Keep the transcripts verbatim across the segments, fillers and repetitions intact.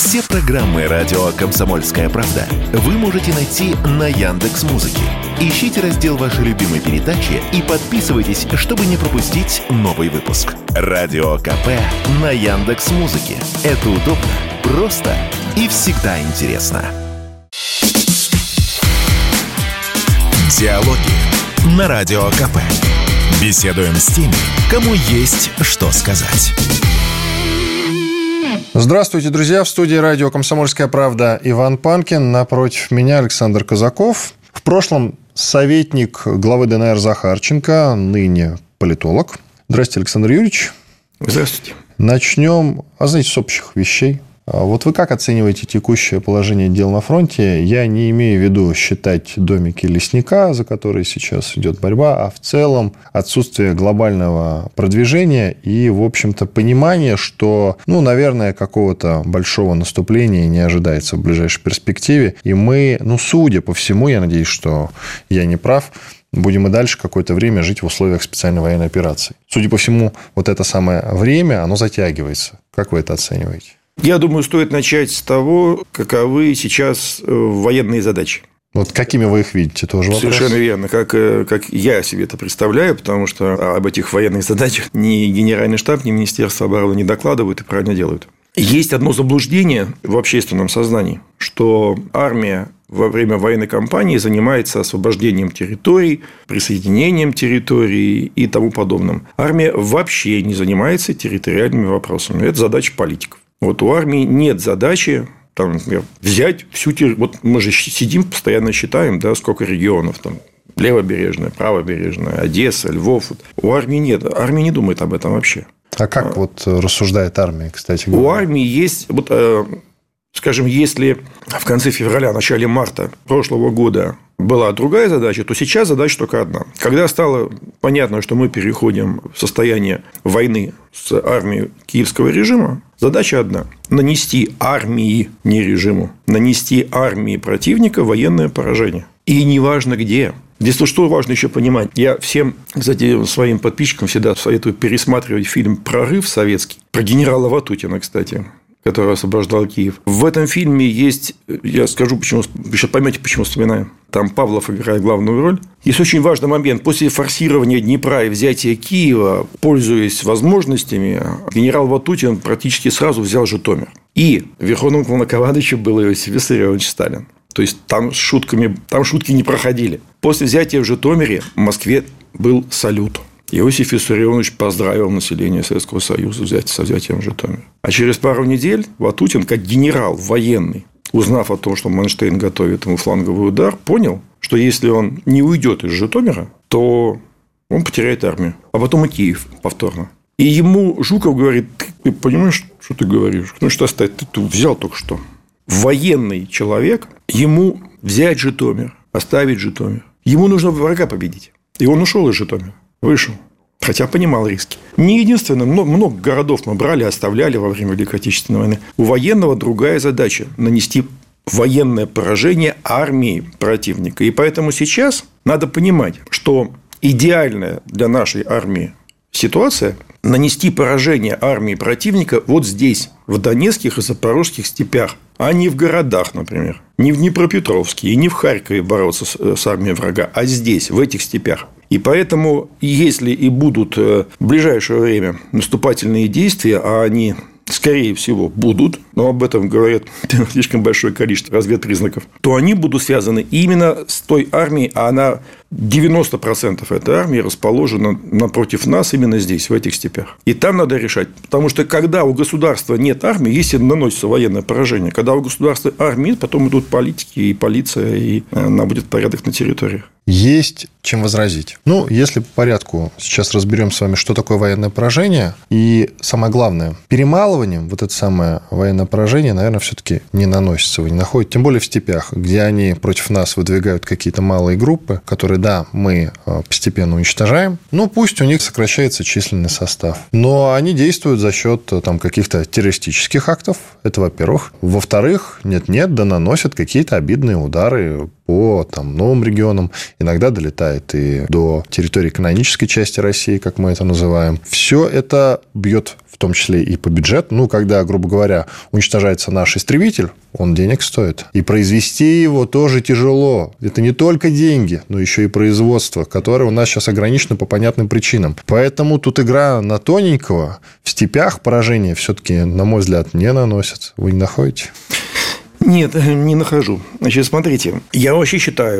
Все программы радио «Комсомольская правда» вы можете найти на Яндекс.Музыке. Ищите раздел вашей любимой передачи и подписывайтесь, чтобы не пропустить новый выпуск. Радио КП на Яндекс.Музыке. Это удобно, просто и всегда интересно. Диалоги на Радио КП. Беседуем с теми, кому есть что сказать. Здравствуйте, друзья. В студии радио «Комсомольская правда» Иван Панкин. Напротив меня Александр Казаков. В прошлом советник главы ДНР Захарченко, ныне политолог. Здравствуйте, Александр Юрьевич. Здравствуйте. Начнем, а знаете, с общих вещей. Вот вы как оцениваете текущее положение дел на фронте? Я не имею в виду считать домики лесника, за которые сейчас идет борьба, а в целом отсутствие глобального продвижения и, в общем-то, понимание, что, ну, наверное, какого-то большого наступления не ожидается в ближайшей перспективе. И мы, ну, судя по всему, я надеюсь, что я не прав, будем и дальше какое-то время жить в условиях специальной военной операции. Судя по всему, вот это самое время, оно затягивается. Как вы это оцениваете? Я думаю, стоит начать с того, каковы сейчас военные задачи. Вот какими вы их видите, тоже вопрос. Совершенно верно, как, как я себе это представляю, потому что об этих военных задачах ни Генеральный штаб, ни Министерство обороны не докладывают и правильно делают. Есть одно заблуждение в общественном сознании, что армия во время военной кампании занимается освобождением территорий, присоединением территорий и тому подобным. Армия вообще не занимается территориальными вопросами. Это задача политиков. Вот у армии нет задачи там, например, взять всю территорию. Вот мы же сидим, постоянно считаем, да, сколько регионов там. Левобережная, правобережная, Одесса, Львов. У армии нет. Армия не думает об этом вообще. А как а, вот рассуждает армия, кстати говоря? У армии есть, вот, э, скажем, если в конце февраля, начале марта прошлого года была другая задача, то сейчас задача только одна. Когда стало понятно, что мы переходим в состояние войны с армией киевского режима, задача одна – нанести армии, не режиму, нанести армии противника военное поражение. И неважно где. Здесь то, что важно еще понимать. Я всем, кстати, своим подписчикам всегда советую пересматривать фильм «Прорыв» советский, про генерала Ватутина, кстати, который освобождал Киев. В этом фильме есть, я скажу, почему, вы сейчас поймете, почему вспоминаю. Там Павлов играет главную роль. Есть очень важный момент. После форсирования Днепра и взятия Киева, пользуясь возможностями, генерал Ватутин практически сразу взял Житомир. И верховным главнокомандующим был Иосиф Виссарионович Сталин. То есть, там, с шутками, там шутки не проходили. После взятия в Житомире в Москве был салют. Иосиф Виссарионович поздравил население Советского Союза со взятием Житомира. А через пару недель Ватутин, как генерал военный, узнав о том, что Манштейн готовит ему фланговый удар, понял, что если он не уйдет из Житомира, то он потеряет армию. А потом и Киев повторно. И ему Жуков говорит: ты понимаешь, что ты говоришь? Ну, что оставить? Ты тут взял только что. Военный человек, ему взять Житомир, оставить Житомир. Ему нужно врага победить. И он ушел из Житомира. Вышел. Хотя понимал риски. Не единственное, много, много городов мы брали, оставляли во время Великой Отечественной войны. У военного другая задача – нанести военное поражение армии противника. И поэтому сейчас надо понимать, что идеальная для нашей армии ситуация – нанести поражение армии противника вот здесь, в Донецких и Запорожских степях, а не в городах, например. Не в Днепропетровске и не в Харькове бороться с, с армией врага, а здесь, в этих степях. И поэтому, если и будут в ближайшее время наступательные действия, а они, скорее всего, будут, но об этом говорят слишком большое количество разведпризнаков, то они будут связаны именно с той армией, а она девяносто процентов этой армии расположена напротив нас именно здесь, в этих степях. И там надо решать. Потому что, когда у государства нет армии, если наносится военное поражение, когда у государства армии, потом идут политики и полиция, и наводят порядок на территориях. Есть чем возразить. Ну, если по порядку, сейчас разберем с вами, что такое военное поражение. И самое главное, перемалыванием вот это самое военное поражение, наверное, все-таки не наносится. Вы не находите, тем более в степях, где они против нас выдвигают какие-то малые группы, которые, да, мы постепенно уничтожаем. Ну, пусть у них сокращается численный состав. Но они действуют за счет там каких-то террористических актов. Это, во-первых. Во-вторых, нет-нет, да наносят какие-то обидные удары по там, новым регионам, иногда долетает и до территории канонической части России, как мы это называем. Все это бьет в том числе и по бюджету. Ну, когда, грубо говоря, уничтожается наш истребитель, он денег стоит. И произвести его тоже тяжело. Это не только деньги, но еще и производство, которое у нас сейчас ограничено по понятным причинам. Поэтому тут игра на тоненького. В степях поражение все-таки, на мой взгляд, не наносят. Вы не находите? Нет, не нахожу. Значит, смотрите, я вообще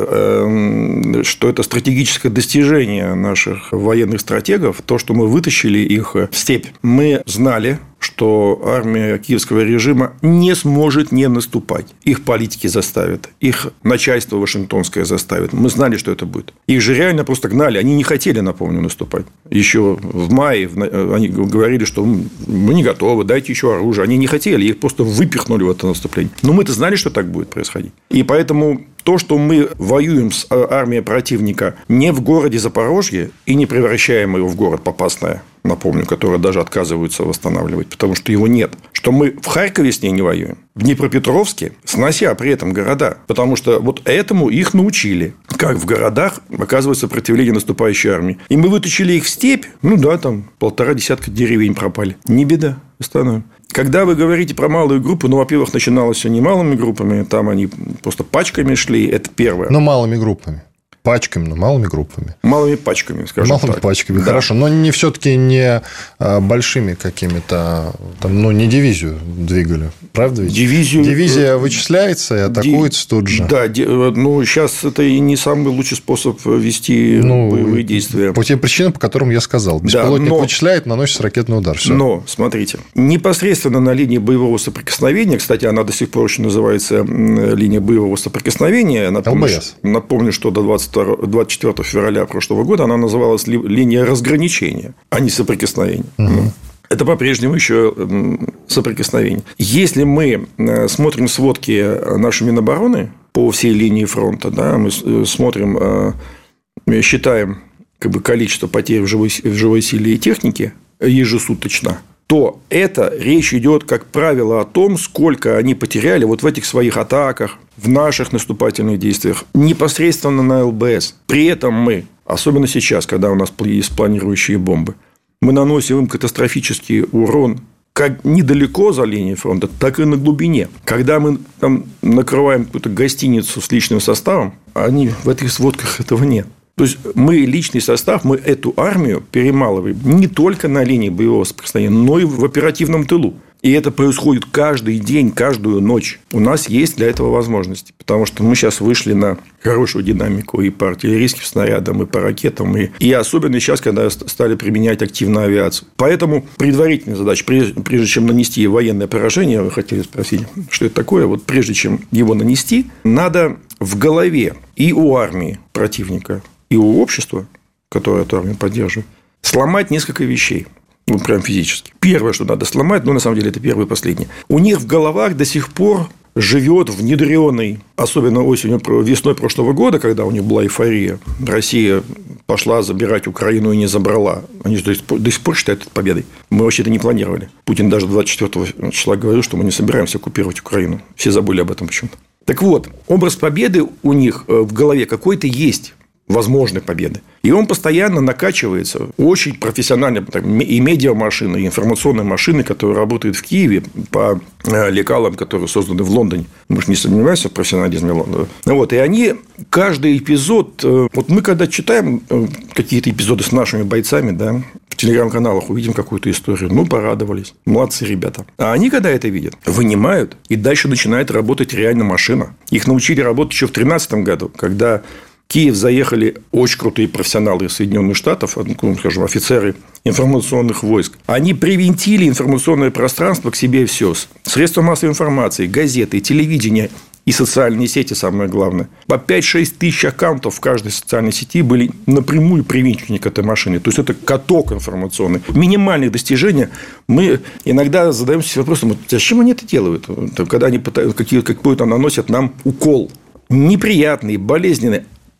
считаю, что это стратегическое достижение наших военных стратегов, то, что мы вытащили их в степь. Мы знали, что армия киевского режима не сможет не наступать. Их политики заставят, их начальство вашингтонское заставит. Мы знали, что это будет. Их же реально просто гнали. Они не хотели, напомню, наступать. Еще в мае они говорили, что мы не готовы, дайте еще оружие. Они не хотели, их просто выпихнули в это наступление. Но мы-то знали, что так будет происходить. И поэтому то, что мы воюем с армией противника не в городе Запорожье и не превращаем его в город Попасное, напомню, который даже отказываются восстанавливать, потому что его нет. Что мы в Харькове с ней не воюем, в Днепропетровске, снося при этом города. Потому что вот этому их научили. Как в городах оказывает сопротивление наступающей армии. И мы вытащили их в степь, ну да, там полтора десятка деревень пропали. Не беда, восстановим. Когда вы говорите про малые группы, ну, во-первых, начиналось все не малыми группами, там они просто пачками шли, это первое. Ну, малыми группами. Пачками, но малыми группами. Малыми пачками, скажем малыми так. Малыми пачками, да. Хорошо. Но не все-таки не большими какими-то... Там, ну, не дивизию двигали. Правда ведь? Дивизию... Дивизия вычисляется и атакуется Ди... тут же. Да. Ну, сейчас это и не самый лучший способ вести ну, боевые действия. По тем причинам, по которым я сказал. Беспилотник да, но... вычисляет, наносится ракетный удар. Все. Но, смотрите, непосредственно на линии боевого соприкосновения, кстати, она до сих пор еще называется линия боевого соприкосновения. Напомню, ЛБС. Напомню, что до двадцать двадцать четвёртого февраля прошлого года она называлась линия разграничения, а не соприкосновения. Угу. Это по-прежнему еще соприкосновение. Если мы смотрим сводки нашей Минобороны по всей линии фронта, да, мы смотрим, считаем как бы, количество потерь в живой, в живой силе и технике ежесуточно, то это речь идет, как правило, о том, сколько они потеряли вот в этих своих атаках, в наших наступательных действиях, непосредственно на ЛБС. При этом мы, особенно сейчас, когда у нас есть планирующие бомбы, мы наносим им катастрофический урон как недалеко за линией фронта, так и на глубине. Когда мы там накрываем какую-то гостиницу с личным составом, они в этих сводках этого нет. То есть, мы личный состав, мы эту армию перемалываем не только на линии боевого соприкосновения, но и в оперативном тылу. И это происходит каждый день, каждую ночь. У нас есть для этого возможности. Потому что мы сейчас вышли на хорошую динамику и по артиллерийским снарядам, и по ракетам. И, и особенно сейчас, когда стали применять активно авиацию. Поэтому предварительная задача, прежде, прежде чем нанести военное поражение, вы хотели спросить, что это такое? Вот прежде чем его нанести, надо в голове и у армии противника, и у общества, которое эту армию поддерживает, сломать несколько вещей. Ну, прям физически. Первое, что надо сломать, но на самом деле это первое и последнее. У них в головах до сих пор живет внедренный, особенно осенью, весной прошлого года, когда у них была эйфория, Россия пошла забирать Украину и не забрала. Они же до сих пор считают это победой. Мы вообще-то не планировали. Путин даже двадцать четвёртого числа говорил, что мы не собираемся оккупировать Украину. Все забыли об этом почему-то. Так вот, образ победы у них в голове какой-то есть. Возможной победы. И он постоянно накачивается очень профессионально. И медиамашины, и информационные машины, которые работают в Киеве по лекалам, которые созданы в Лондоне. Мы же не сомневаемся в профессионализме Лондона. Вот. И они каждый эпизод... Вот мы когда читаем какие-то эпизоды с нашими бойцами, да, в телеграм-каналах увидим какую-то историю. Ну, порадовались. Молодцы ребята. А они, когда это видят, вынимают, и дальше начинает работать реально машина. Их научили работать еще в две тысячи тринадцатом году, когда... В Киев заехали очень крутые профессионалы из Соединенных Штатов, ну, скажем, офицеры информационных войск. Они привинтили информационное пространство к себе все. Средства массовой информации, газеты, телевидение и социальные сети, самое главное. По пять-шесть тысяч аккаунтов в каждой социальной сети были напрямую привинчены к этой машине. То есть, это каток информационный. Минимальные достижения. Мы иногда задаемся вопросом, зачем они это делают? Когда они пытаются, какой-то наносят нам укол. Неприятный, болезненный.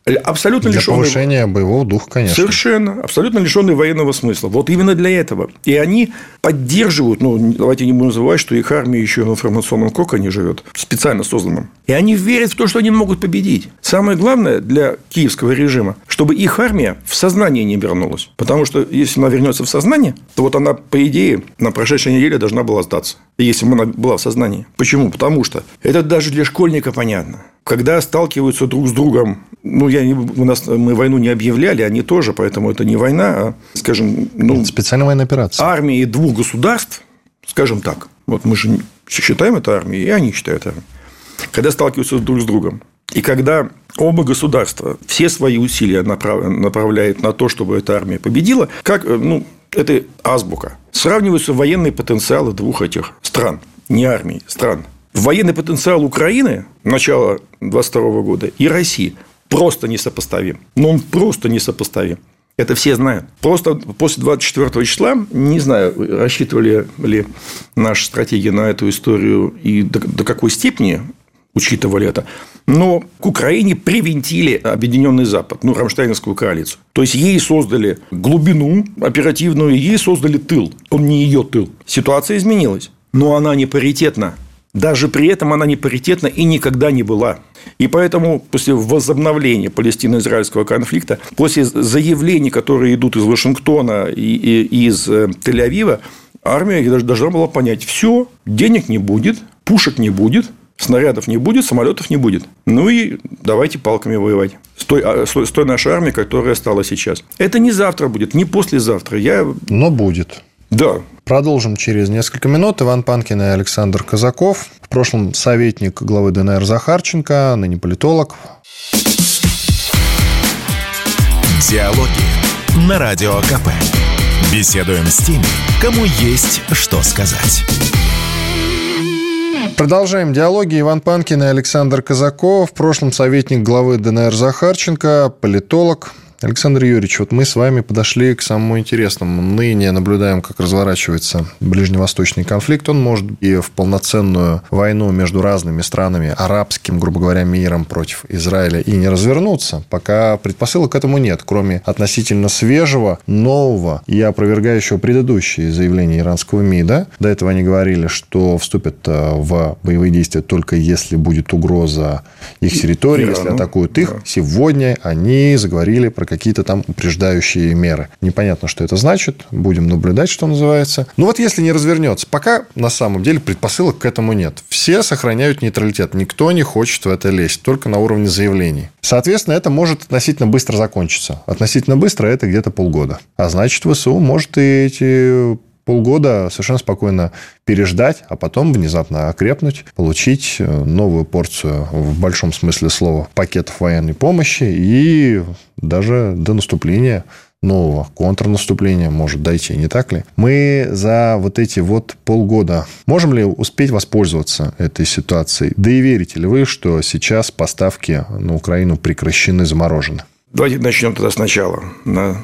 Абсолютно для лишенный... повышения боевого духа, конечно. Совершенно. Абсолютно лишенный военного смысла. Вот именно для этого. И они поддерживают, ну, давайте не будем забывать, что их армия еще в информационном коконе живет, специально созданном. И они верят в то, что они могут победить. Самое главное для киевского режима, чтобы их армия в сознание не вернулась. Потому что если она вернется в сознание, то вот она, по идее, на прошедшей неделе должна была сдаться. Если бы она была в сознании. Почему? Потому что это даже для школьника понятно. Когда сталкиваются друг с другом, ну, я не, у нас мы войну не объявляли, они тоже, поэтому это не война, а, скажем, ну, специальная военная операция. Армии двух государств, скажем так, вот мы же считаем это армией, и они считают армией, когда сталкиваются друг с другом, и когда оба государства все свои усилия направ... направляют на то, чтобы эта армия победила, как, ну, это азбука. Сравниваются военные потенциалы двух этих стран, не армий, стран. Военный потенциал Украины начала двадцать второго года и России просто несопоставим. Но он просто несопоставим. Это все знают. Просто после двадцать четвёртого числа, не знаю, рассчитывали ли наши стратеги на эту историю и до, до какой степени учитывали это, но к Украине привинтили Объединенный Запад, ну, Рамштайновскую коалицию. То есть, ей создали глубину оперативную, ей создали тыл. Он не ее тыл. Ситуация изменилась, но она не паритетна. Даже при этом она не паритетна и никогда не была. И поэтому после возобновления палестино-израильского конфликта, после заявлений, которые идут из Вашингтона и из Тель-Авива, армия должна была понять: все, денег не будет, пушек не будет, снарядов не будет, самолетов не будет. Ну и давайте палками воевать с той, с той нашей армией, которая стала сейчас. Это не завтра будет, не послезавтра. Я... Но будет. Да. Продолжим через несколько минут. Иван Панкин и Александр Казаков. В прошлом советник главы ДНР Захарченко, ныне политолог. Диалоги на Радио КП. Беседуем с теми, кому есть что сказать. Продолжаем диалоги. Иван Панкин и Александр Казаков. В прошлом советник главы ДНР Захарченко, политолог. Александр Юрьевич, вот мы с вами подошли к самому интересному. Ныне наблюдаем, как разворачивается ближневосточный конфликт. Он может и в полноценную войну между разными странами, арабским, грубо говоря, миром против Израиля, и не развернуться. Пока предпосылок к этому нет, кроме относительно свежего, нового и опровергающего предыдущие заявления иранского МИДа. До этого они говорили, что вступят в боевые действия только если будет угроза их территории, если атакуют их. Да. Сегодня они заговорили про какие-то там упреждающие меры. Непонятно, что это значит. Будем наблюдать, что называется. Ну, вот если не развернется, пока на самом деле предпосылок к этому нет. Все сохраняют нейтралитет. Никто не хочет в это лезть. Только на уровне заявлений. Соответственно, это может относительно быстро закончиться. Относительно быстро это где-то полгода. А значит, ВСУ может и эти... полгода совершенно спокойно переждать, а потом внезапно окрепнуть, получить новую порцию, в большом смысле слова, пакетов военной помощи и даже до наступления нового контрнаступления может дойти, не так ли? Мы за вот эти вот полгода можем ли успеть воспользоваться этой ситуацией? Да и верите ли вы, что сейчас поставки на Украину прекращены, заморожены? Давайте начнем тогда сначала, на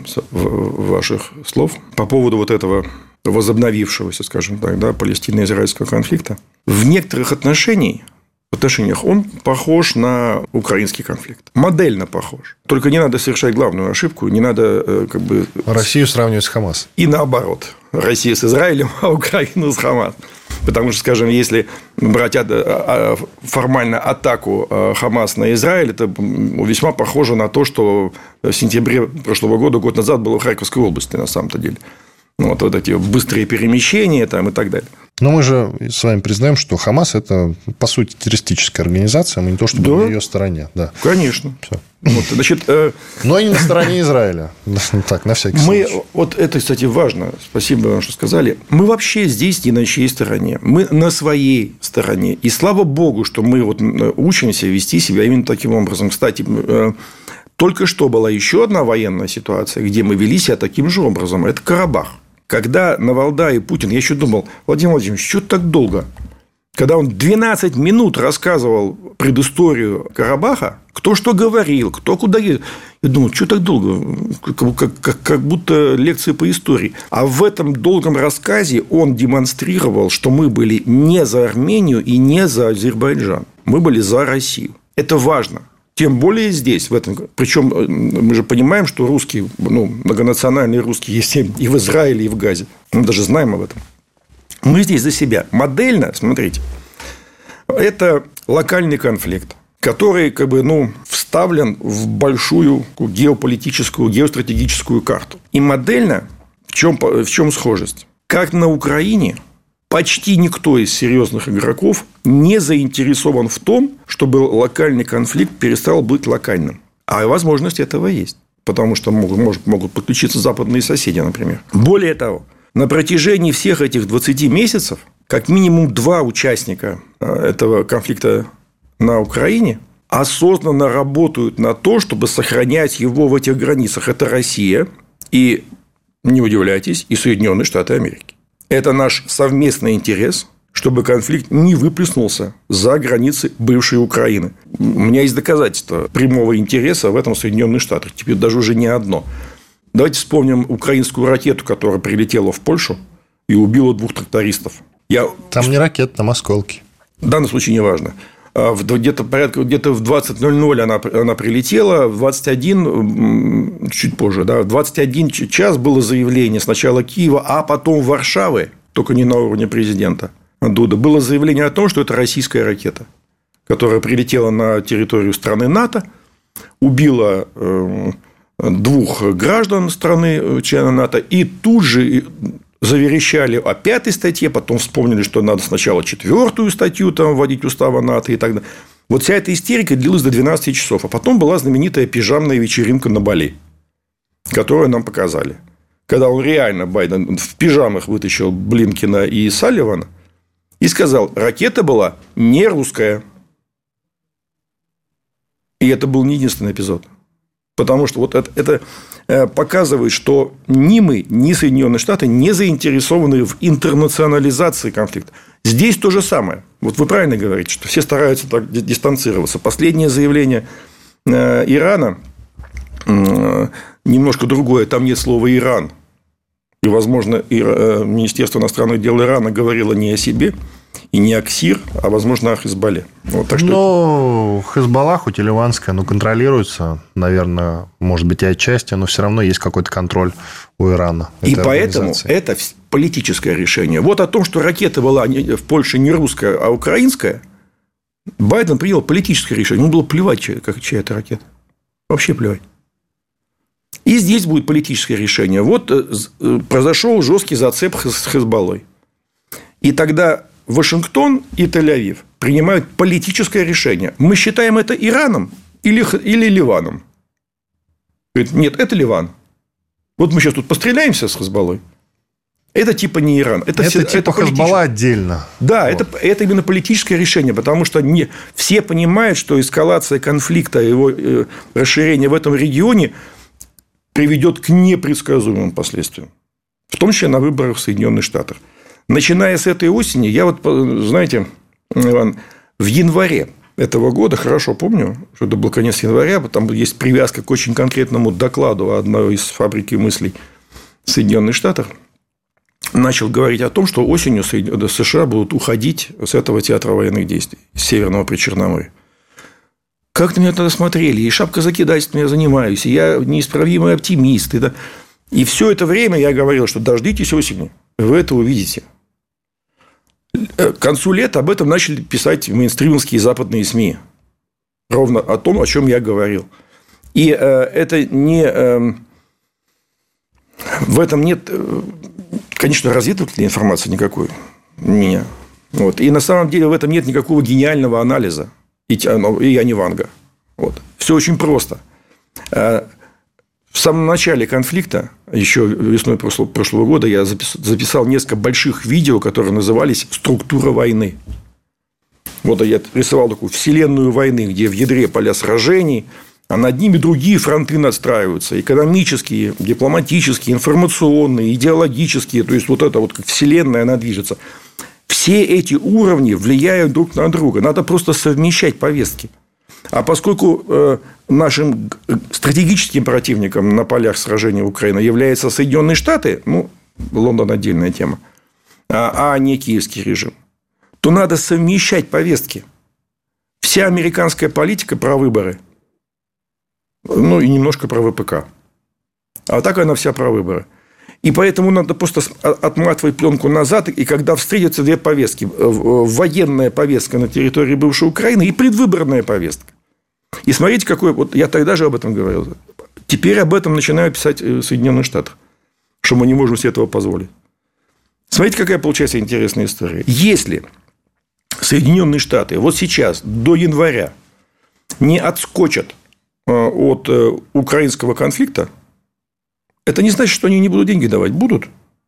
ваших слов, по поводу вот этого возобновившегося, скажем так, да, палестино-израильского конфликта. В некоторых отношениях, в отношениях он похож на украинский конфликт. Модельно похож. Только не надо совершать главную ошибку, не надо как бы... Россию сравнивать с Хамас. И наоборот. Россия с Израилем, а Украину с Хамас. Потому что, скажем, если брать формально атаку Хамас на Израиль, это весьма похоже на то, что в сентябре прошлого года, год назад, было в Харьковской области, на самом-то деле. Вот, вот эти быстрые перемещения там, и так далее. Но мы же с вами признаем, что Хамас – это, по сути, террористическая организация. Мы не то, чтобы да. на ее стороне. Да. Конечно. Все. Вот, значит, э... Но и не на стороне Израиля. Так, на всякий мы, случай. Вот это, кстати, важно. Спасибо вам, что сказали. Мы вообще здесь не на чьей стороне. Мы на своей стороне. И слава богу, что мы вот учимся вести себя именно таким образом. Кстати, э... только что была еще одна военная ситуация, где мы вели себя таким же образом. Это Карабах. Когда Навалдай и Путин, я еще думал, Владимир Владимирович, что так долго? Когда он двенадцать минут рассказывал предысторию Карабаха, кто что говорил, кто куда едет. Я думал, что так долго? Как, как, как будто лекции по истории. А в этом долгом рассказе он демонстрировал, что мы были не за Армению и не за Азербайджан. Мы были за Россию. Это важно. Тем более здесь. В этом. Причем мы же понимаем, что русские, ну, многонациональные русские есть и в Израиле, и в Газе. Мы даже знаем об этом. Мы здесь за себя. Модельно, смотрите, это локальный конфликт, который как бы, ну, вставлен в большую геополитическую, геостратегическую карту. И модельно в чем, в чем схожесть? Как на Украине почти никто из серьезных игроков не заинтересован в том, чтобы локальный конфликт перестал быть локальным. А возможность этого есть. Потому что могут, могут подключиться западные соседи, например. Более того, на протяжении всех этих двадцати месяцев как минимум два участника этого конфликта на Украине осознанно работают на то, чтобы сохранять его в этих границах. Это Россия и, не удивляйтесь, и Соединенные Штаты Америки. Это наш совместный интерес, чтобы конфликт не выплеснулся за границы бывшей Украины. У меня есть доказательства прямого интереса в этом Соединенных Штатах. Теперь даже уже не одно. Давайте вспомним украинскую ракету, которая прилетела в Польшу и убила двух трактористов. Я... Там не ракета, там осколки. В данном случае не важно. Где-то, порядка, где-то в двадцать ноль ноль она, она прилетела, в двадцать один, чуть позже, да, в двадцать один час было заявление сначала Киева, а потом Варшавы, только не на уровне президента Дуда, было заявление о том, что это российская ракета, которая прилетела на территорию страны НАТО, убила двух граждан страны члена НАТО, и тут же заверещали о пятой статье, потом вспомнили, что надо сначала четвертую статью там, вводить устава НАТО и так далее. Вот вся эта истерика длилась до двенадцати часов. А потом была знаменитая пижамная вечеринка на Бали, которую нам показали. Когда он реально, Байден, в пижамах вытащил Блинкена и Салливана и сказал, ракета была не русская. И это был не единственный эпизод. Потому что вот это, это показывает, что ни мы, ни Соединенные Штаты не заинтересованы в интернационализации конфликта. Здесь то же самое. Вот вы правильно говорите, что все стараются так дистанцироваться. Последнее заявление Ирана немножко другое. Там нет слова «Иран». И, возможно, Министерство иностранных дел Ирана говорило не о себе и не о КСИР, а, возможно, о Хизбалле. Вот, так что... Ну, Хизбалла, хоть и ливанская, но контролируется, наверное, может быть, и отчасти, но все равно есть какой-то контроль у Ирана. И поэтому это политическое решение. Вот о том, что ракета была в Польше не русская, а украинская, Байден принял политическое решение. Ему было плевать, чья, чья это ракета. Вообще плевать. И здесь будет политическое решение. Вот произошел жесткий зацеп с Хизбаллой. И тогда Вашингтон и Тель-Авив принимают политическое решение. Мы считаем это Ираном или, или Ливаном. Говорит, нет, это Ливан. Вот мы сейчас тут постреляемся с Хизбаллой. Это типа не Иран. Это, это все, типа это Хизбалла отдельно. Да, вот. это, это именно политическое решение. Потому что не, все понимают, что эскалация конфликта, его э, расширение в этом регионе приведет к непредсказуемым последствиям. В том числе на выборах в Соединенных Штатах. Начиная с этой осени, я вот, знаете, Иван, в январе этого года, хорошо помню, что это был конец января, там есть привязка к очень конкретному докладу одной из фабрики мыслей Соединенных Штатов, начал говорить о том, что осенью США будут уходить с этого театра военных действий, с Северного Причерноморья. Как на меня тогда смотрели, и шапкозакидательством я занимаюсь, и я неисправимый оптимист. И, да. и все это время я говорил, что дождитесь осени, вы это увидите. К концу лета об этом начали писать мейнстримовские западные СМИ. Ровно о том, о чем я говорил. И э, это не... Э, в этом нет, э, конечно, разведывательной информации никакой у меня. Вот. И на самом деле в этом нет никакого гениального анализа. И, и я не Ванга. Вот. Все очень просто. В самом начале конфликта, еще весной прошлого, прошлого года, я записал несколько больших видео, которые назывались «Структура войны». Вот я рисовал такую вселенную войны, где в ядре поля сражений, а над ними другие фронты надстраиваются. Экономические, дипломатические, информационные, идеологические. То есть, вот это вот как вселенная, она движется. Все эти уровни влияют друг на друга. Надо просто совмещать повестки. А поскольку э, нашим стратегическим противником на полях сражения Украины являются Соединенные Штаты, ну, Лондон отдельная тема, а, а не киевский режим, то надо совмещать повестки. Вся американская политика про выборы ну, и немножко про ВПК. А так она вся про выборы. И поэтому надо просто отматывать пленку назад, и когда встретятся две повестки. Военная повестка на территории бывшей Украины и предвыборная повестка. И смотрите, какой... Вот я тогда же об этом говорил. Теперь об этом начинают писать в Соединенных Штатах, что мы не можем себе этого позволить. Смотрите, какая получается интересная история. Если Соединенные Штаты вот сейчас, до января, не отскочат от украинского конфликта, это не значит, что они не будут деньги давать. Будут.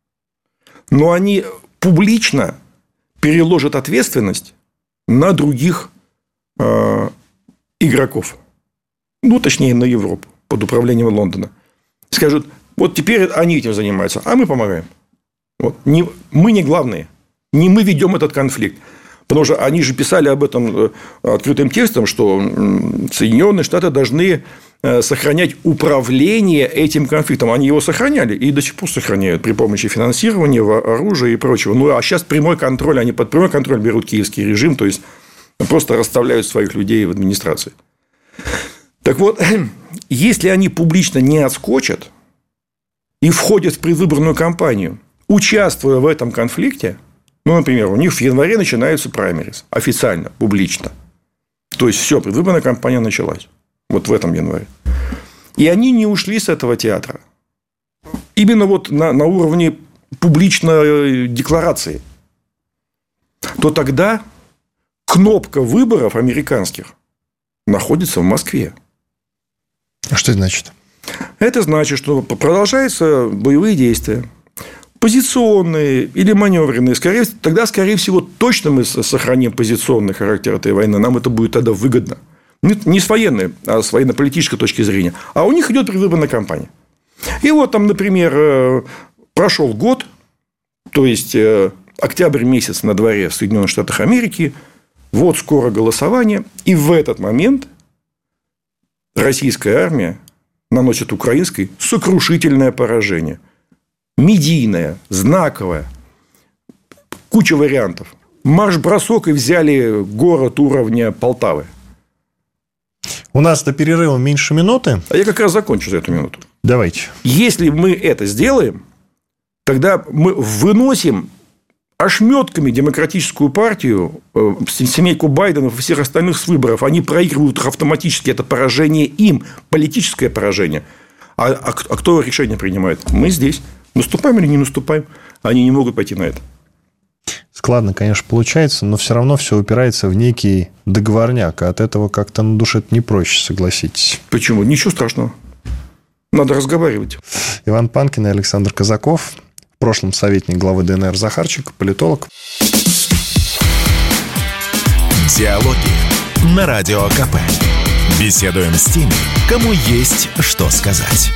Но они публично переложат ответственность на других э, игроков. Ну, точнее, на Европу под управлением Лондона. Скажут, вот теперь они этим занимаются, а мы помогаем. Вот. Не, мы не главные. Не мы ведем этот конфликт. Потому что они же писали об этом открытым текстом, что Соединенные Штаты должны сохранять управление этим конфликтом. Они его сохраняли и до сих пор сохраняют при помощи финансирования, оружия и прочего. Ну, а сейчас прямой контроль, они под прямой контроль берут киевский режим, то есть просто расставляют своих людей в администрации. Так вот, если они публично не отскочат и входят в предвыборную кампанию, участвуя в этом конфликте, ну, например, у них в январе начинаются праймериз. Официально, публично. То есть, все, предвыборная кампания началась. Вот в этом январе. И они не ушли с этого театра. Именно вот на, на уровне публичной декларации. То тогда кнопка выборов американских находится в Москве. А что это значит? Это значит, что продолжаются боевые действия. Позиционные или маневренные, скорее, тогда, скорее всего, точно мы сохраним позиционный характер этой войны. Нам это будет тогда выгодно. Не с военной, а с военно-политической точки зрения. А у них идет предвыборная кампания. И вот там, например, прошел год, то есть октябрь месяц на дворе в Соединенных Штатах Америки, вот скоро голосование, и в этот момент российская армия наносит украинской сокрушительное поражение. Медийная, знаковая, куча вариантов. Марш-бросок и взяли город уровня Полтавы. У нас до перерыва меньше минуты. А я как раз закончу за эту минуту. Давайте. Если мы это сделаем, тогда мы выносим ошметками демократическую партию, семейку Байденов и всех остальных с выборов. Они проигрывают автоматически. Это поражение им, политическое поражение. А, а, а кто решение принимает? Мы здесь. Наступаем или не наступаем? Они не могут пойти на это. Складно, конечно, получается, но все равно все упирается в некий договорняк. А от этого как-то на душе не проще, согласитесь. Почему? Ничего страшного. Надо разговаривать. Иван Панкин и Александр Казаков. В прошлом советник главы ДНР Захарченко, политолог. Диалоги на Радио КП. Беседуем с теми, кому есть что сказать.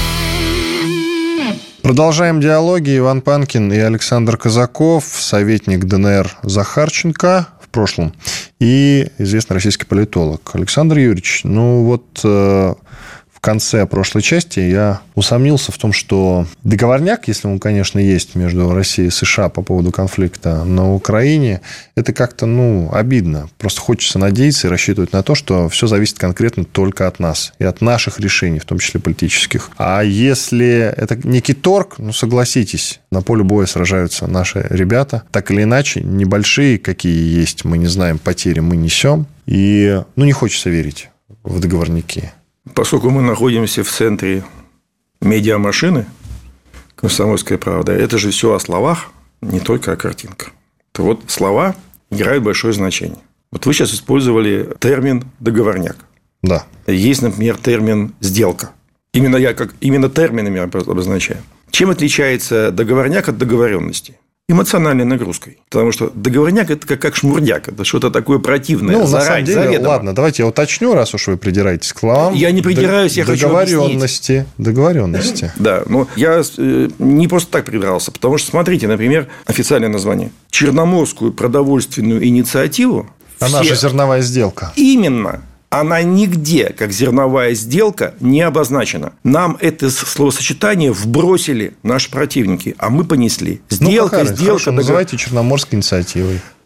Продолжаем диалоги. Иван Панкин и Александр Казаков, советник ДНР Захарченко в прошлом и известный российский политолог. Александр Юрьевич, ну вот э, в конце прошлой части я усомнился в том, что договорняк, если он, конечно, есть между Россией и США по поводу конфликта на Украине, это как-то, ну, обидно. Просто хочется надеяться и рассчитывать на то, что все зависит конкретно только от нас и от наших решений, в том числе политических. А если это некий торг, ну, согласитесь, на поле боя сражаются наши ребята. Так или иначе, небольшие, какие есть, мы не знаем, потери мы несем. И, ну, не хочется верить в договорники. Поскольку мы находимся в центре медиамашины «Комсомольская правда», это же все о словах, не только о картинках. То вот слова играют большое значение. Вот вы сейчас использовали термин «договорняк». Да. Есть, например, термин «сделка». Именно я как именно терминами обозначаю. Чем отличается договорняк от договоренности? Эмоциональной нагрузкой. Потому что договорняк – это как, как шмурдяк. Это что-то такое противное. Ну, заранее, на самом деле, заведомо. Ладно, давайте я уточню, раз уж вы придираетесь к словам. Я не придираюсь, я хочу договоренности, договоренности. Да, но я не просто так придрался. Потому что, смотрите, например, официальное название. Черноморскую продовольственную инициативу. Она все... же зерновая сделка. Именно. Она нигде, как зерновая сделка, не обозначена. Нам это словосочетание вбросили наши противники, а мы понесли. Сделка, ну, сделка. Хорошо, договор... называйте Черноморской инициативой.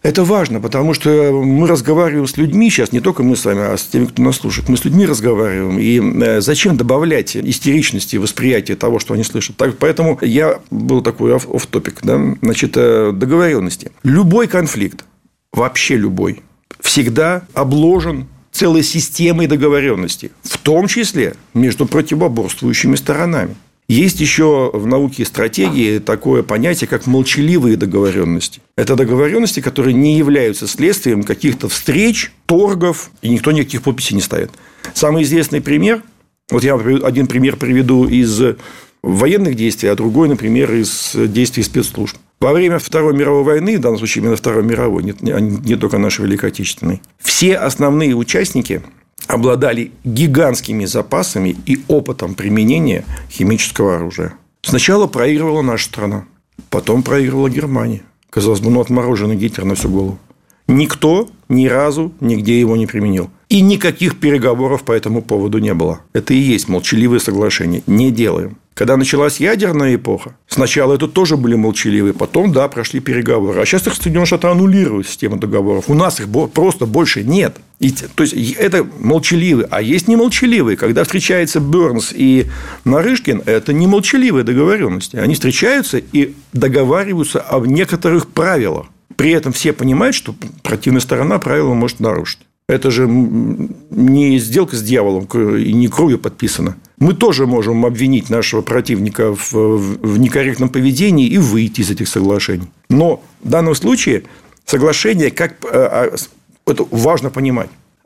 Это важно, потому что мы разговариваем с людьми сейчас, не только мы с вами, а с теми, кто нас слушает. Мы с людьми разговариваем. И зачем добавлять истеричности, восприятия того, что они слышат? Так, поэтому я был такой офф-топик. Да? Значит, договоренности. Любой конфликт, вообще любой, всегда обложен целой системой договоренностей, в том числе между противоборствующими сторонами. Есть еще в науке и стратегии такое понятие, как молчаливые договоренности. Это договоренности, которые не являются следствием каких-то встреч, торгов, и никто никаких подписей не ставит. Самый известный пример, вот я один пример приведу из военных действий, а другой, например, из действий спецслужб. Во время Второй мировой войны, в данном случае именно Второй мировой, не, не только нашей Великой Отечественной, все основные участники обладали гигантскими запасами и опытом применения химического оружия. Сначала проигрывала наша страна, потом проигрывала Германия. Казалось бы, ну, отмороженный Гитлер на всю голову. Никто ни разу нигде его не применил. И никаких переговоров по этому поводу не было. Это и есть молчаливые соглашения. Не делаем. Когда началась ядерная эпоха, сначала это тоже были молчаливые, потом, да, прошли переговоры. А сейчас их Соединенные Штаты аннулируют систему договоров. У нас их просто больше нет. И, то есть, это молчаливые. А есть немолчаливые. Когда встречается Бернс и Нарышкин, это не молчаливые договоренности. Они встречаются и договариваются о некоторых правилах. При этом все понимают, что противная сторона правила может нарушить. Это же не сделка с дьяволом и не кровью подписана. Мы тоже можем обвинить нашего противника в, в некорректном поведении и выйти из этих соглашений. Но в данном случае соглашение, как, это важно понимать.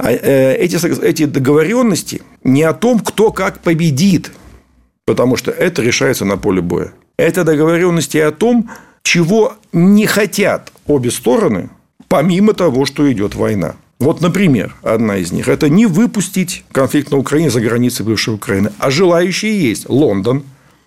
Эти, эти договоренности не о том, кто как победит, потому что это решается на поле боя. Это договоренности о том, чего не хотят обе стороны, помимо того, что идет война. Вот, например, одна из них – это не выпустить конфликт на Украине за границы бывшей Украины. А желающие есть Лондон,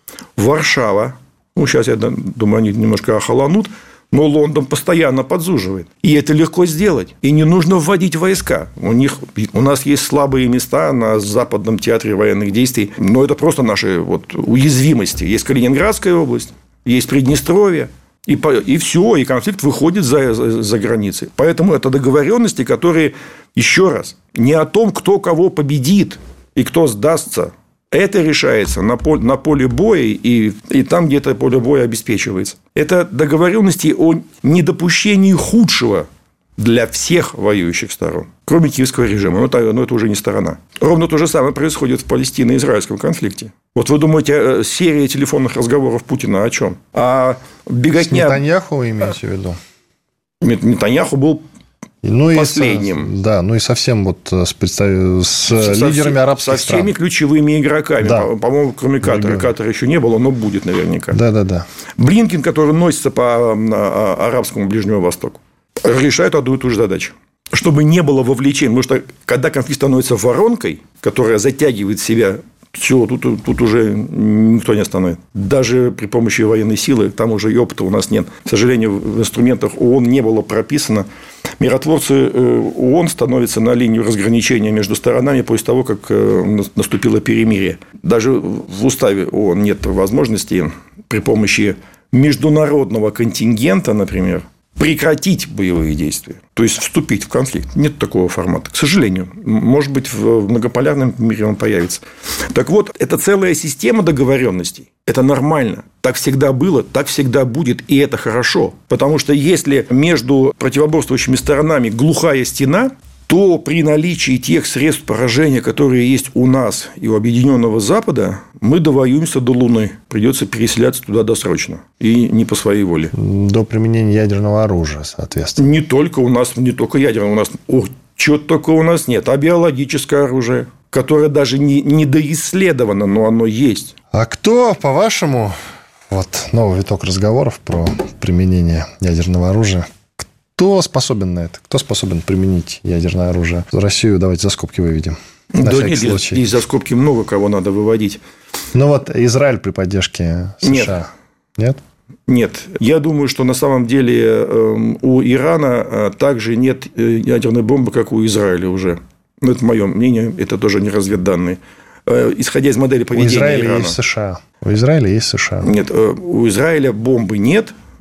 Варшава. Ну, сейчас, я думаю, они немножко охолонут. Но Лондон постоянно подзуживает. И это легко сделать. И не нужно вводить войска. У, них, у нас есть слабые места на Западном театре военных действий. Но это просто наши вот уязвимости. Есть Калининградская область, есть Приднестровье. И, и все, и конфликт выходит за, за, за границы. Поэтому это договоренности, которые, еще раз, не о том, кто кого победит и кто сдастся. Это решается на, поле, на поле боя и, и там, где это поле боя обеспечивается. Это договоренности о недопущении худшего для всех воюющих сторон, кроме киевского режима. Но это, но это уже не сторона. Ровно то же самое происходит в Палестино-израильском конфликте. Вот вы думаете, серия телефонных разговоров Путина о чем? А беготня... С Нетаньяху вы имеете в виду? Нетаньяху был ну последним. И со, да, ну и совсем вот с, представ... с со, лидерами со, арабских со стран. Со всеми ключевыми игроками. Да. По-моему, кроме Катара. Катара еще не было, но будет наверняка. Да, да, да. Блинкен, который носится по арабскому Ближнему Востоку, решает одну и ту же задачу. Чтобы не было вовлечения. Потому что, когда конфликт становится воронкой, которая затягивает в себя, все, тут, тут уже никто не остановит. Даже при помощи военной силы, там уже и опыта у нас нет. К сожалению, в инструментах ООН не было прописано. Миротворцы ООН становятся на линию разграничения между сторонами после того, как наступило перемирие. Даже в уставе ООН нет возможности при помощи международного контингента, например, прекратить боевые действия, то есть вступить в конфликт. Нет такого формата, к сожалению. Может быть, в многополярном мире он появится. Так вот, это целая система договоренностей. Это нормально. Так всегда было, так всегда будет, и это хорошо. Потому что если между противоборствующими сторонами глухая стена, то при наличии тех средств поражения, которые есть у нас и у Объединенного Запада, мы довоюемся до Луны. Придется переселяться туда досрочно. И не по своей воле. До применения ядерного оружия, соответственно. Не только у нас, не только ядерное. У нас, ох, чего только у нас нет. А биологическое оружие, которое даже не, не доисследовано, но оно есть. А кто, по-вашему, вот новый виток разговоров про применение ядерного оружия, кто способен на это? Кто способен применить ядерное оружие? Россию давайте за скобки выведем. Да нет, здесь, здесь за скобки много кого надо выводить. Ну, вот Израиль при поддержке США. Нет? Нет? Нет. Я думаю, что на самом деле у Ирана также нет ядерной бомбы, как у Израиля уже. Ну, это мое мнение, это тоже не разведданные. Исходя из модели поведения у Израиля Ирана. Есть США. У Израиля есть США. Нет, у Израиля бомбы нет.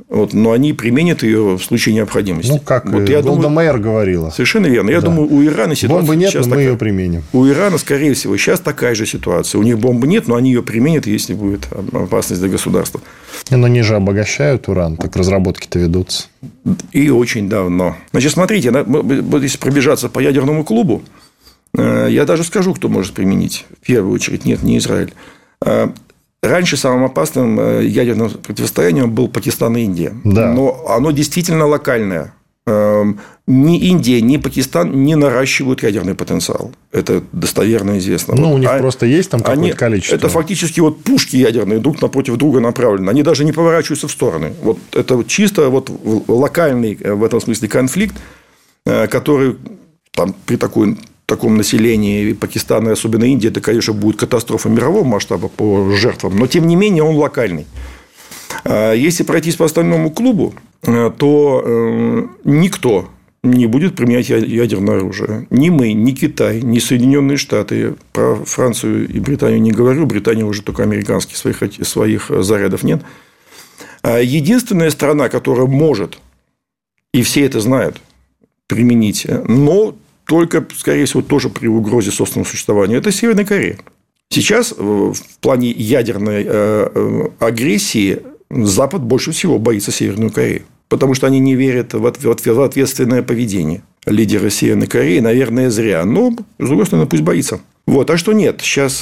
Вот, но они применят ее в случае необходимости. Ну, как вот, я Голда Меир говорила. Совершенно верно. Я да. думаю, у Ирана ситуация... Бомбы нет, сейчас но мы такая... ее применим. У Ирана, скорее всего, сейчас такая же ситуация. У них бомбы нет, но они ее применят, если будет опасность для государства. Но они же обогащают уран, так разработки-то ведутся. И очень давно. Значит, смотрите, если пробежаться по ядерному клубу, я даже скажу, кто может применить. В первую очередь, нет, не Израиль. Раньше самым опасным ядерным противостоянием был Пакистан и Индия. Да. Но оно действительно локальное. Ни Индия, ни Пакистан не наращивают ядерный потенциал. Это достоверно известно. Ну, вот. у них а просто есть там какое-то они, количество. Это фактически вот пушки ядерные друг напротив друга направлены. Они даже не поворачиваются в стороны. Вот это чисто вот локальный в этом смысле конфликт, который там, при такой... таком населении Пакистана, и особенно Индии, это, конечно, будет катастрофа мирового масштаба по жертвам, но, тем не менее, он локальный. Если пройтись по остальному клубу, то никто не будет применять ядерное оружие. Ни мы, ни Китай, ни Соединенные Штаты. Про Францию и Британию не говорю. Британия уже только американских своих, своих зарядов нет. Единственная страна, которая может, и все это знают, применить, но только, скорее всего, тоже при угрозе собственного существования, это Северная Корея. Сейчас в плане ядерной агрессии Запад больше всего боится Северную Корею. Потому что они не верят в ответственное поведение лидера Северной Кореи. Наверное, зря. Но, с другой стороны, пусть боится. Вот. А что нет? Сейчас,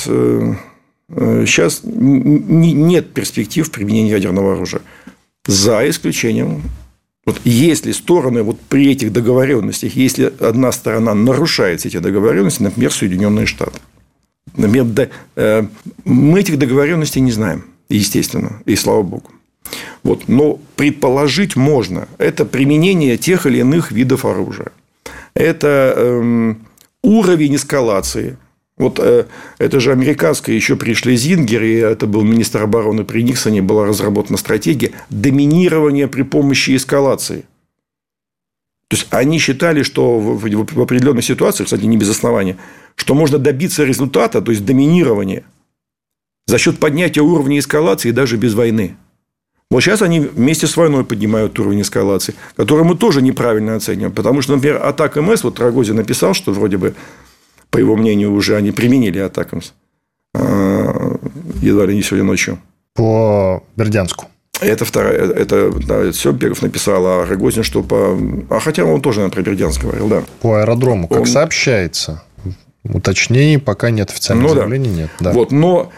сейчас нет перспектив применения ядерного оружия. За исключением... Вот если стороны вот при этих договоренностях, если одна сторона нарушает эти договоренности, например, Соединенные Штаты. Например, да, э, мы этих договоренностей не знаем, естественно, и слава богу. Вот, но предположить можно. Это применение тех или иных видов оружия. Это э, уровень эскалации. Вот э, это же американское еще при Шлезингере, и это был министр обороны при Никсоне, была разработана стратегия доминирования при помощи эскалации. То есть они считали, что в, в, в определенной ситуации, кстати, не без основания, что можно добиться результата, то есть доминирования, за счет поднятия уровня эскалации даже без войны. Вот сейчас они вместе с войной поднимают уровень эскалации, который мы тоже неправильно оцениваем. Потому что, например, атак МС, вот Рогозин написал, что вроде бы, по его мнению, уже они применили атакамс едва ли не сегодня ночью. По Бердянску. Это вторая. Это, да, Сёберов написал, а Рогозин, что по... А хотя он тоже, наверное, про Бердянск говорил, да. По аэродрому, как он... сообщается. Уточнений пока нет, официального ну, заявления да. нет. Да. Вот, но...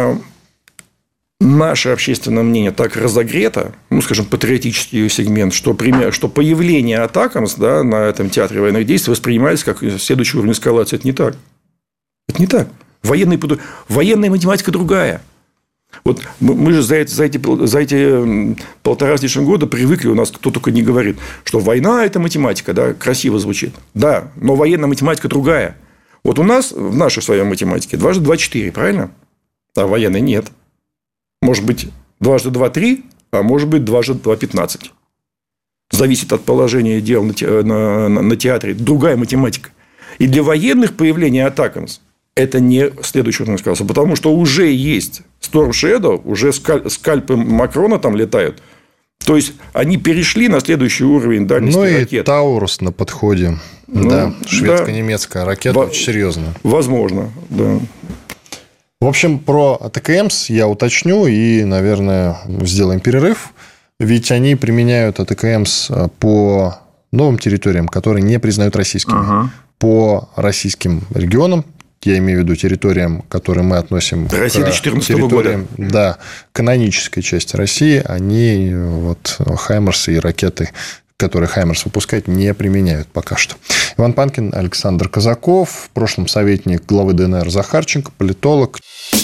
Наше общественное мнение так разогрето, ну, скажем, патриотический сегмент, что, пример, что появление атакамс, да, на этом театре военных действий воспринимается как следующий уровень эскалации. Это не так. Это не так. Военный, военная математика другая. Вот мы же за эти, за, эти, за эти полтора с лишним года привыкли, у нас кто только не говорит, что война – это математика, да, красиво звучит. Да, но военная математика другая. Вот у нас в нашей своей математике дважды два – четыре, правильно? А военной нет. Может быть, дважды два – три, а может быть, дважды два – пятнадцать. Зависит от положения дел на, на, на, на театре. Другая математика. И для военных появление атакамс – это не следующий уровень эскалации. Потому что уже есть Storm Shadow, уже скаль, скальпы Макрона там летают. То есть, они перешли на следующий уровень дальности ну, ракет. Ну, и Таурус на подходе. Ну, да, шведско-немецкая ракета Во- очень серьезная. Возможно, да. В общем, про АТКМС я уточню и, наверное, сделаем перерыв. Ведь они применяют АТКМС по новым территориям, которые не признают российскими. Ага. По российским регионам, я имею в виду территориям, которые мы относим к России до две тысячи четырнадцатого года. Да, канонической части России, они вот хаймерсы и ракеты, которые Хаймерс выпускает, не применяют пока что. Иван Панкин, Александр Казаков, в прошлом советник главы ДНР Захарченко, политолог.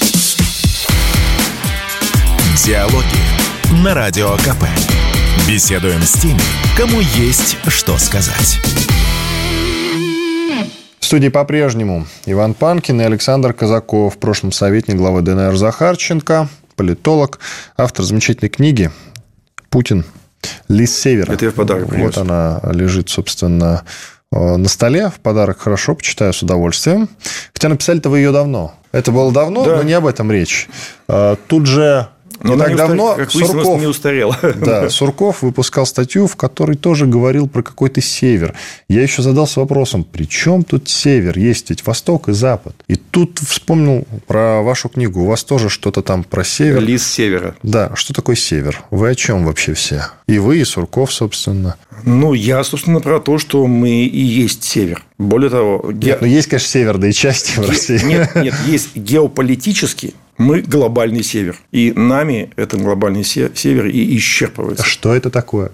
Диалоги на Радио КП. Беседуем с теми, кому есть что сказать. В студии по-прежнему Иван Панкин и Александр Казаков, в прошлом советник главы ДНР Захарченко, политолог, автор замечательной книги «Путин. Лис Севера». Это я в подарок принес. Вот она лежит, собственно, на столе. В подарок хорошо, почитаю с удовольствием. Хотя написали-то вы ее давно. Это было давно, да. Но не об этом речь. Тут же Но не так давно как Сурков, не устарел. Да, Сурков выпускал статью, в которой тоже говорил про какой-то север. Я еще задался вопросом, при чем тут север? Есть ведь восток и запад. И тут вспомнил про вашу книгу. У вас тоже что-то там про север. Лис севера. Да, что такое север? Вы о чем вообще все? И вы, и Сурков, собственно. Ну, я, собственно, про то, что мы и есть север. Более того... Нет, ге... ну, есть, конечно, северные части в России. Нет, нет, есть геополитически. Мы глобальный север. И нами этот глобальный север и исчерпывается. Что это такое?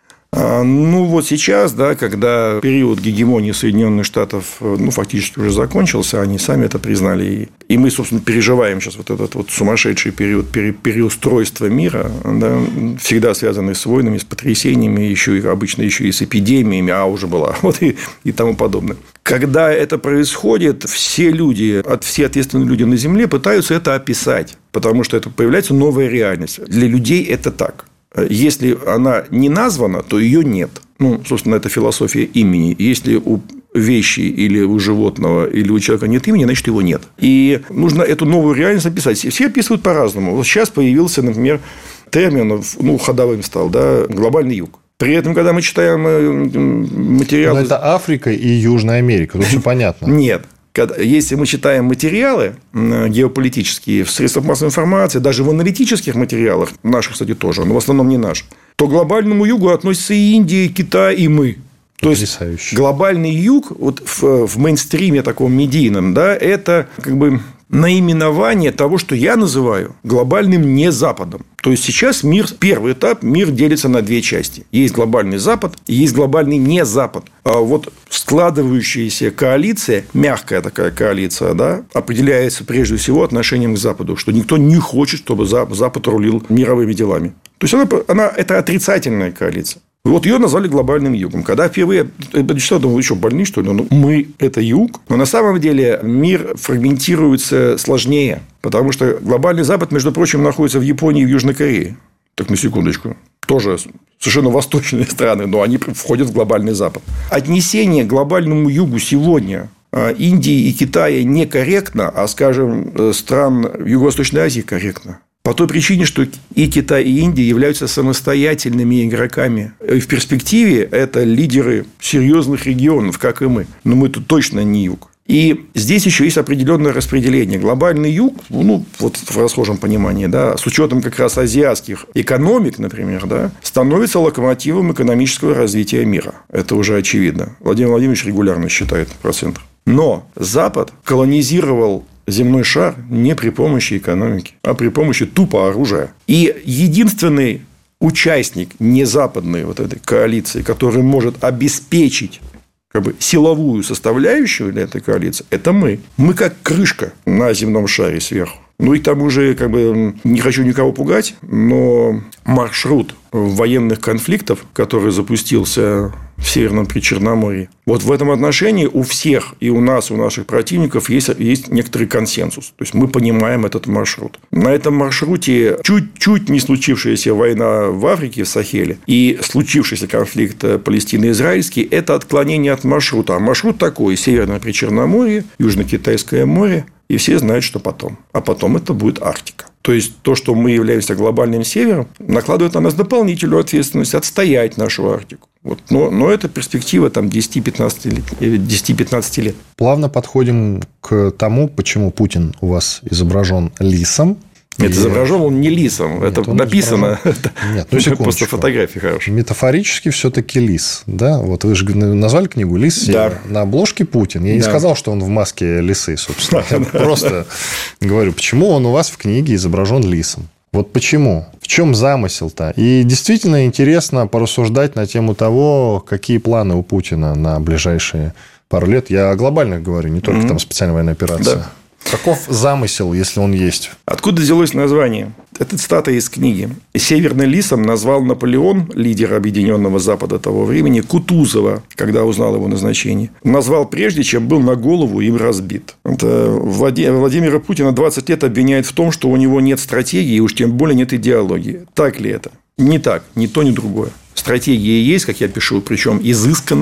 Ну, вот сейчас, да, когда период гегемонии Соединенных Штатов, ну, фактически уже закончился, они сами это признали. И мы, собственно, переживаем сейчас вот этот вот сумасшедший период переустройства мира, да, всегда связанный с войнами, с потрясениями, еще и, обычно еще и с эпидемиями, а уже была, вот и, и тому подобное. Когда это происходит, все люди, все ответственные люди на Земле пытаются это описать, потому что это появляется новая реальность. Для людей это так. Если она не названа, то ее нет. Ну, собственно, это философия имени. Если у вещи или у животного, или у человека нет имени, значит, его нет. И нужно эту новую реальность описать. Все описывают по-разному. Вот сейчас появился, например, термин, ну, ходовым стал, да, глобальный юг. При этом, когда мы читаем материалы... Но это Африка и Южная Америка. Тут все понятно. Нет. Если мы читаем материалы геополитические в средствах массовой информации, даже в аналитических материалах, наших, кстати, тоже, но в основном не наших, то к глобальному югу относятся и Индия, и Китай, и мы. То есть, глобальный юг вот в, в мейнстриме таком медийном, да, это как бы наименование того, что я называю глобальным не Западом. То есть, сейчас мир, первый этап, мир делится на две части. Есть глобальный Запад и есть глобальный не Запад. А вот складывающаяся коалиция, мягкая такая коалиция, да, определяется прежде всего отношением к Западу, что никто не хочет, чтобы Запад рулил мировыми делами. То есть, она, она, это отрицательная коалиция. Вот ее назвали глобальным югом. Когда впервые я прочитал, думаю, вы что, больны, что ли? Ну, мы – это юг. Но на самом деле мир фрагментируется сложнее. Потому что глобальный Запад, между прочим, находится в Японии и в Южной Корее. Так, на секундочку. Тоже совершенно восточные страны, но они входят в глобальный Запад. Отнесение к глобальному югу сегодня Индии и Китая некорректно, а, скажем, стран Юго-Восточной Азии корректно. По той причине, что и Китай, и Индия являются самостоятельными игроками. И в перспективе это лидеры серьезных регионов, как и мы. Но мы тут точно не юг. И здесь еще есть определенное распределение. Глобальный юг, ну, вот в расхожем понимании, да, с учетом как раз азиатских экономик, например, да, становится локомотивом экономического развития мира. Это уже очевидно. Владимир Владимирович регулярно считает процент. Но Запад колонизировал земной шар не при помощи экономики, а при помощи тупо оружия. И единственный участник незападной вот этой коалиции, который может обеспечить как бы силовую составляющую для этой коалиции, это мы. Мы как крышка на земном шаре сверху. Ну, и к тому же, как бы, не хочу никого пугать, но маршрут военных конфликтов, который запустился в Северном Причерноморье, вот в этом отношении у всех, и у нас, и у наших противников, есть, есть некоторый консенсус. То есть, мы понимаем этот маршрут. На этом маршруте чуть-чуть не случившаяся война в Африке, в Сахеле, и случившийся конфликт палестино-израильский – это отклонение от маршрута. А маршрут такой – Северное Причерноморье, Южно-Китайское море. И все знают, что потом. А потом это будет Арктика. То есть, то, что мы являемся глобальным севером, накладывает на нас дополнительную ответственность отстоять нашу Арктику. Вот. Но, но это перспектива там, десять-пятнадцать лет, десять-пятнадцать лет. Плавно подходим к тому, почему Путин у вас изображен лисом. Нет, и... изображен он не лисом. Нет, это написано. Нет, ну секундочку. Просто фотографии хорошие. Метафорически все-таки лис. Да? Вот вы же назвали книгу «Лис севера». Да. На обложке Путин. Я да. не сказал, что он в маске лисы, собственно. Я просто говорю, почему он у вас в книге изображен лисом. Вот почему? В чем замысел-то? И действительно интересно порассуждать на тему того, какие планы у Путина на ближайшие пару лет. Я о глобальных говорю, не только mm-hmm. там специальная военная операция. Да. Каков замысел, если он есть? Откуда взялось название? Это цитата из книги. Северным лисом назвал Наполеон, лидер Объединенного Запада того времени, Кутузова, когда узнал его назначение. Назвал прежде, чем был на голову им разбит. Это Владимира Путина двадцать лет обвиняет в том, что у него нет стратегии, и уж тем более нет идеологии. Так ли это? Не так. Ни то, ни другое. Стратегия есть, как я пишу, причем изысканная.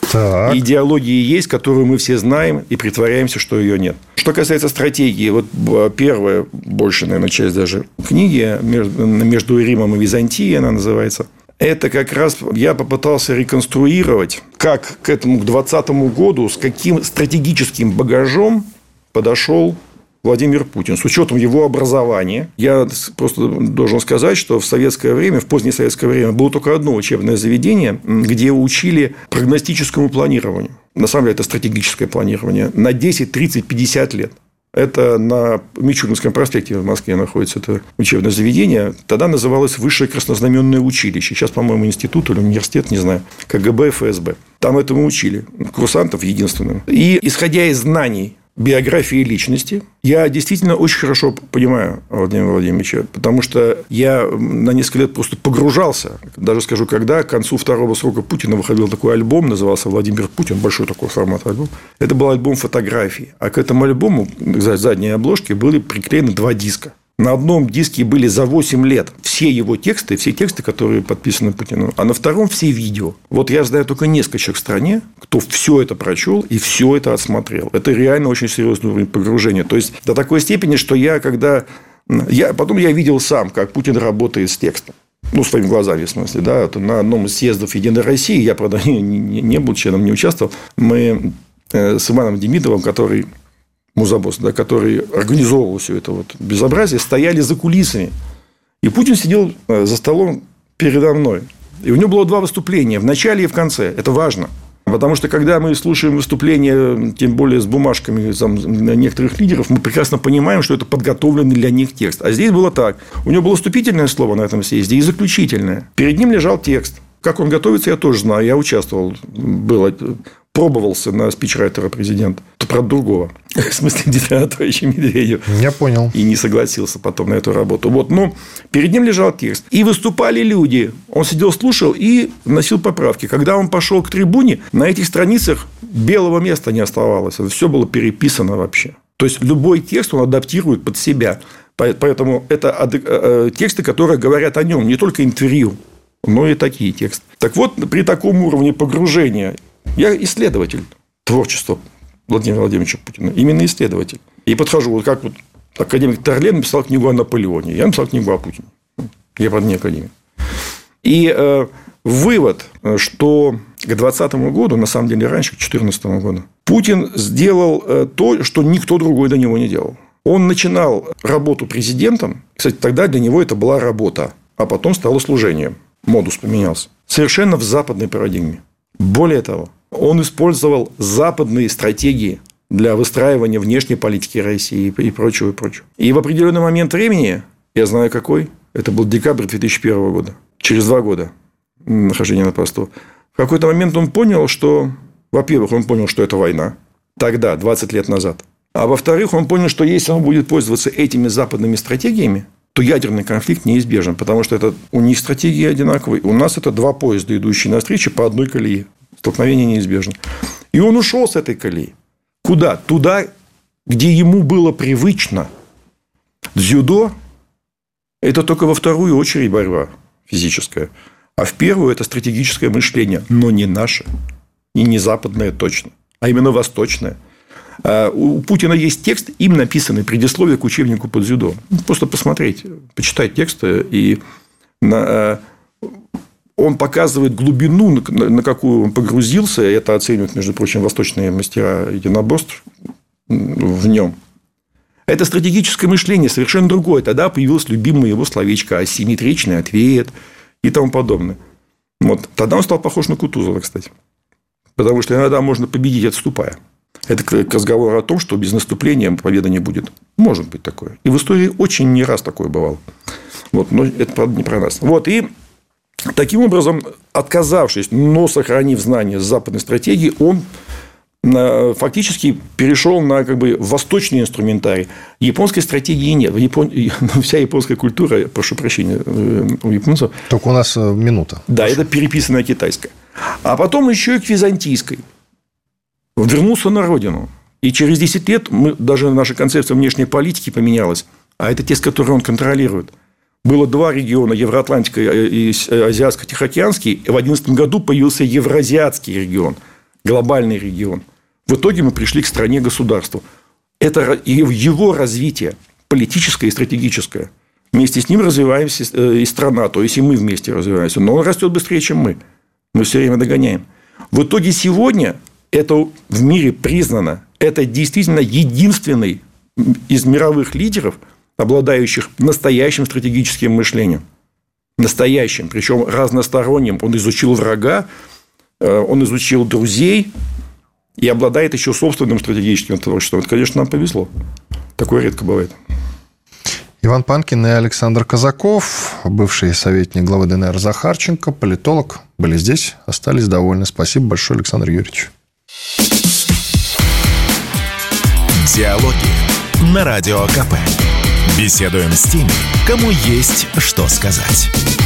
Так. Идеология есть, которую мы все знаем и притворяемся, что ее нет. Что касается стратегии, вот первая, больше, наверное, часть даже книги «Между Римом и Византией» она называется. Это как раз я попытался реконструировать, как к этому, к двадцатому году, с каким стратегическим багажом подошел Владимир Путин, с учетом его образования. Я просто должен сказать, что в советское время, в позднее советское время, было только одно учебное заведение, где учили прогностическому планированию. На самом деле, это стратегическое планирование на десять, тридцать, пятьдесят лет. Это на Мичуринском проспекте в Москве находится это учебное заведение. Тогда называлось Высшее краснознаменное училище. Сейчас, по-моему, институт или университет, не знаю, ка гэ бэ, эф эс бэ. Там этому учили. Курсантов единственным. И, исходя из знаний биографии личности, я действительно очень хорошо понимаю Владимира Владимировича, потому что я на несколько лет просто погружался. Даже скажу, когда к концу второго срока Путина выходил такой альбом, назывался «Владимир Путин», большой такой формат альбом. Это был альбом фотографий. А к этому альбому, к задней обложке, были приклеены два диска. На одном диске были за восемь лет все его тексты, все тексты, которые подписаны Путину, а на втором все видео. Вот я знаю только несколько человек в стране, кто все это прочел и все это отсмотрел. Это реально очень серьезный уровень погружения. То есть, до такой степени, что я, когда... Я... Потом я видел сам, как Путин работает с текстом. Ну, своими глазами, в смысле, да. Это на одном из съездов «Единой России», я, правда, не, не, не был членом, не участвовал, мы с Иваном Демидовым, который... Музабос, да, который организовывал все это вот безобразие, стояли за кулисами. И Путин сидел за столом передо мной. И у него было два выступления, в начале и в конце. Это важно. Потому что, когда мы слушаем выступления, тем более с бумажками там, некоторых лидеров, мы прекрасно понимаем, что это подготовленный для них текст. А здесь было так. У него было вступительное слово на этом съезде и заключительное. Перед ним лежал текст. Как он готовится, я тоже знаю. Я участвовал. Было... Пробовался на спичрайтера президента. Правда, другого. В смысле, Дмитрия Анатольевича Медведева. Я понял. И не согласился потом на эту работу. Вот. Но перед ним лежал текст. И выступали люди. Он сидел, слушал и вносил поправки. Когда он пошел к трибуне, на этих страницах белого места не оставалось. Это все было переписано вообще. То есть, любой текст он адаптирует под себя. Поэтому это тексты, которые говорят о нем. Не только интервью, но и такие тексты. Так вот, при таком уровне погружения... Я исследователь творчества Владимира Владимировича Путина. Именно исследователь. И подхожу, вот как вот академик Терлен написал книгу о Наполеоне. Я написал книгу о Путине. Я, правда, не академик. И э, вывод, что к двадцатому году, на самом деле раньше, к четырнадцатому году, Путин сделал э, то, что никто другой до него не делал. Он начинал работу президентом. Кстати, тогда для него это была работа. А потом стало служением. Модус поменялся. Совершенно в западной парадигме. Более того, он использовал западные стратегии для выстраивания внешней политики России и прочего, и прочего. И в определенный момент времени, я знаю какой, это был декабрь две тысячи первого года, через два года нахождения на посту, в какой-то момент он понял, что, во-первых, он понял, что это война, тогда, двадцать лет назад, а во-вторых, он понял, что если он будет пользоваться этими западными стратегиями, то ядерный конфликт неизбежен, потому что это у них стратегии одинаковые. У нас это два поезда, идущие навстречу по одной колее. Столкновение неизбежно. И он ушел с этой колеи. Куда? Туда, где ему было привычно. Дзюдо – это только во вторую очередь борьба физическая. А в первую – это стратегическое мышление. Но не наше. И не западное точно. А именно восточное. У Путина есть текст, им написанный предисловие к учебнику по дзюдо. Просто посмотреть, почитать тексты. И он показывает глубину, на какую он погрузился. И это оценивают, между прочим, восточные мастера единоборств в нем. Это стратегическое мышление совершенно другое. Тогда появилось любимое его словечко асимметричный ответ и тому подобное. Вот. Тогда он стал похож на Кутузова, кстати. Потому что иногда можно победить, отступая. Это к разговору о том, что без наступления победы не будет. Может быть такое. И в истории очень не раз такое бывало. Вот. Но это, правда, не про нас. Вот. И таким образом, отказавшись, но сохранив знания западной стратегии, он фактически перешел на как бы восточный инструментарий. Японской стратегии нет. В Япон... Вся японская культура, прошу прощения, у японцев. Только у нас минута. Да, это переписанная китайская. А потом еще и к византийской. Вернулся на родину. И через десять лет мы, даже наша концепция внешней политики поменялась. А это те, с которыми он контролирует. Было два региона, Евроатлантика и Азиатско-Тихоокеанский. И в две тысячи одиннадцатом году появился Евразиатский регион, глобальный регион. В итоге мы пришли к стране-государству. Это его развитие политическое и стратегическое. Вместе с ним развиваемся и страна, то есть и мы вместе развиваемся. Но он растет быстрее, чем мы. Мы все время догоняем. В итоге сегодня это в мире признано. Это действительно единственный из мировых лидеров, обладающих настоящим стратегическим мышлением. Настоящим, причем разносторонним. Он изучил врага, он изучил друзей и обладает еще собственным стратегическим творчеством. Это, конечно, нам повезло. Такое редко бывает. Иван Панкин и Александр Казаков, бывший советник главы ДНР Захарченко, политолог, были здесь, остались довольны. Спасибо большое, Александр Юрьевич. Диалоги на Радио КП. Беседуем с теми, кому есть что сказать.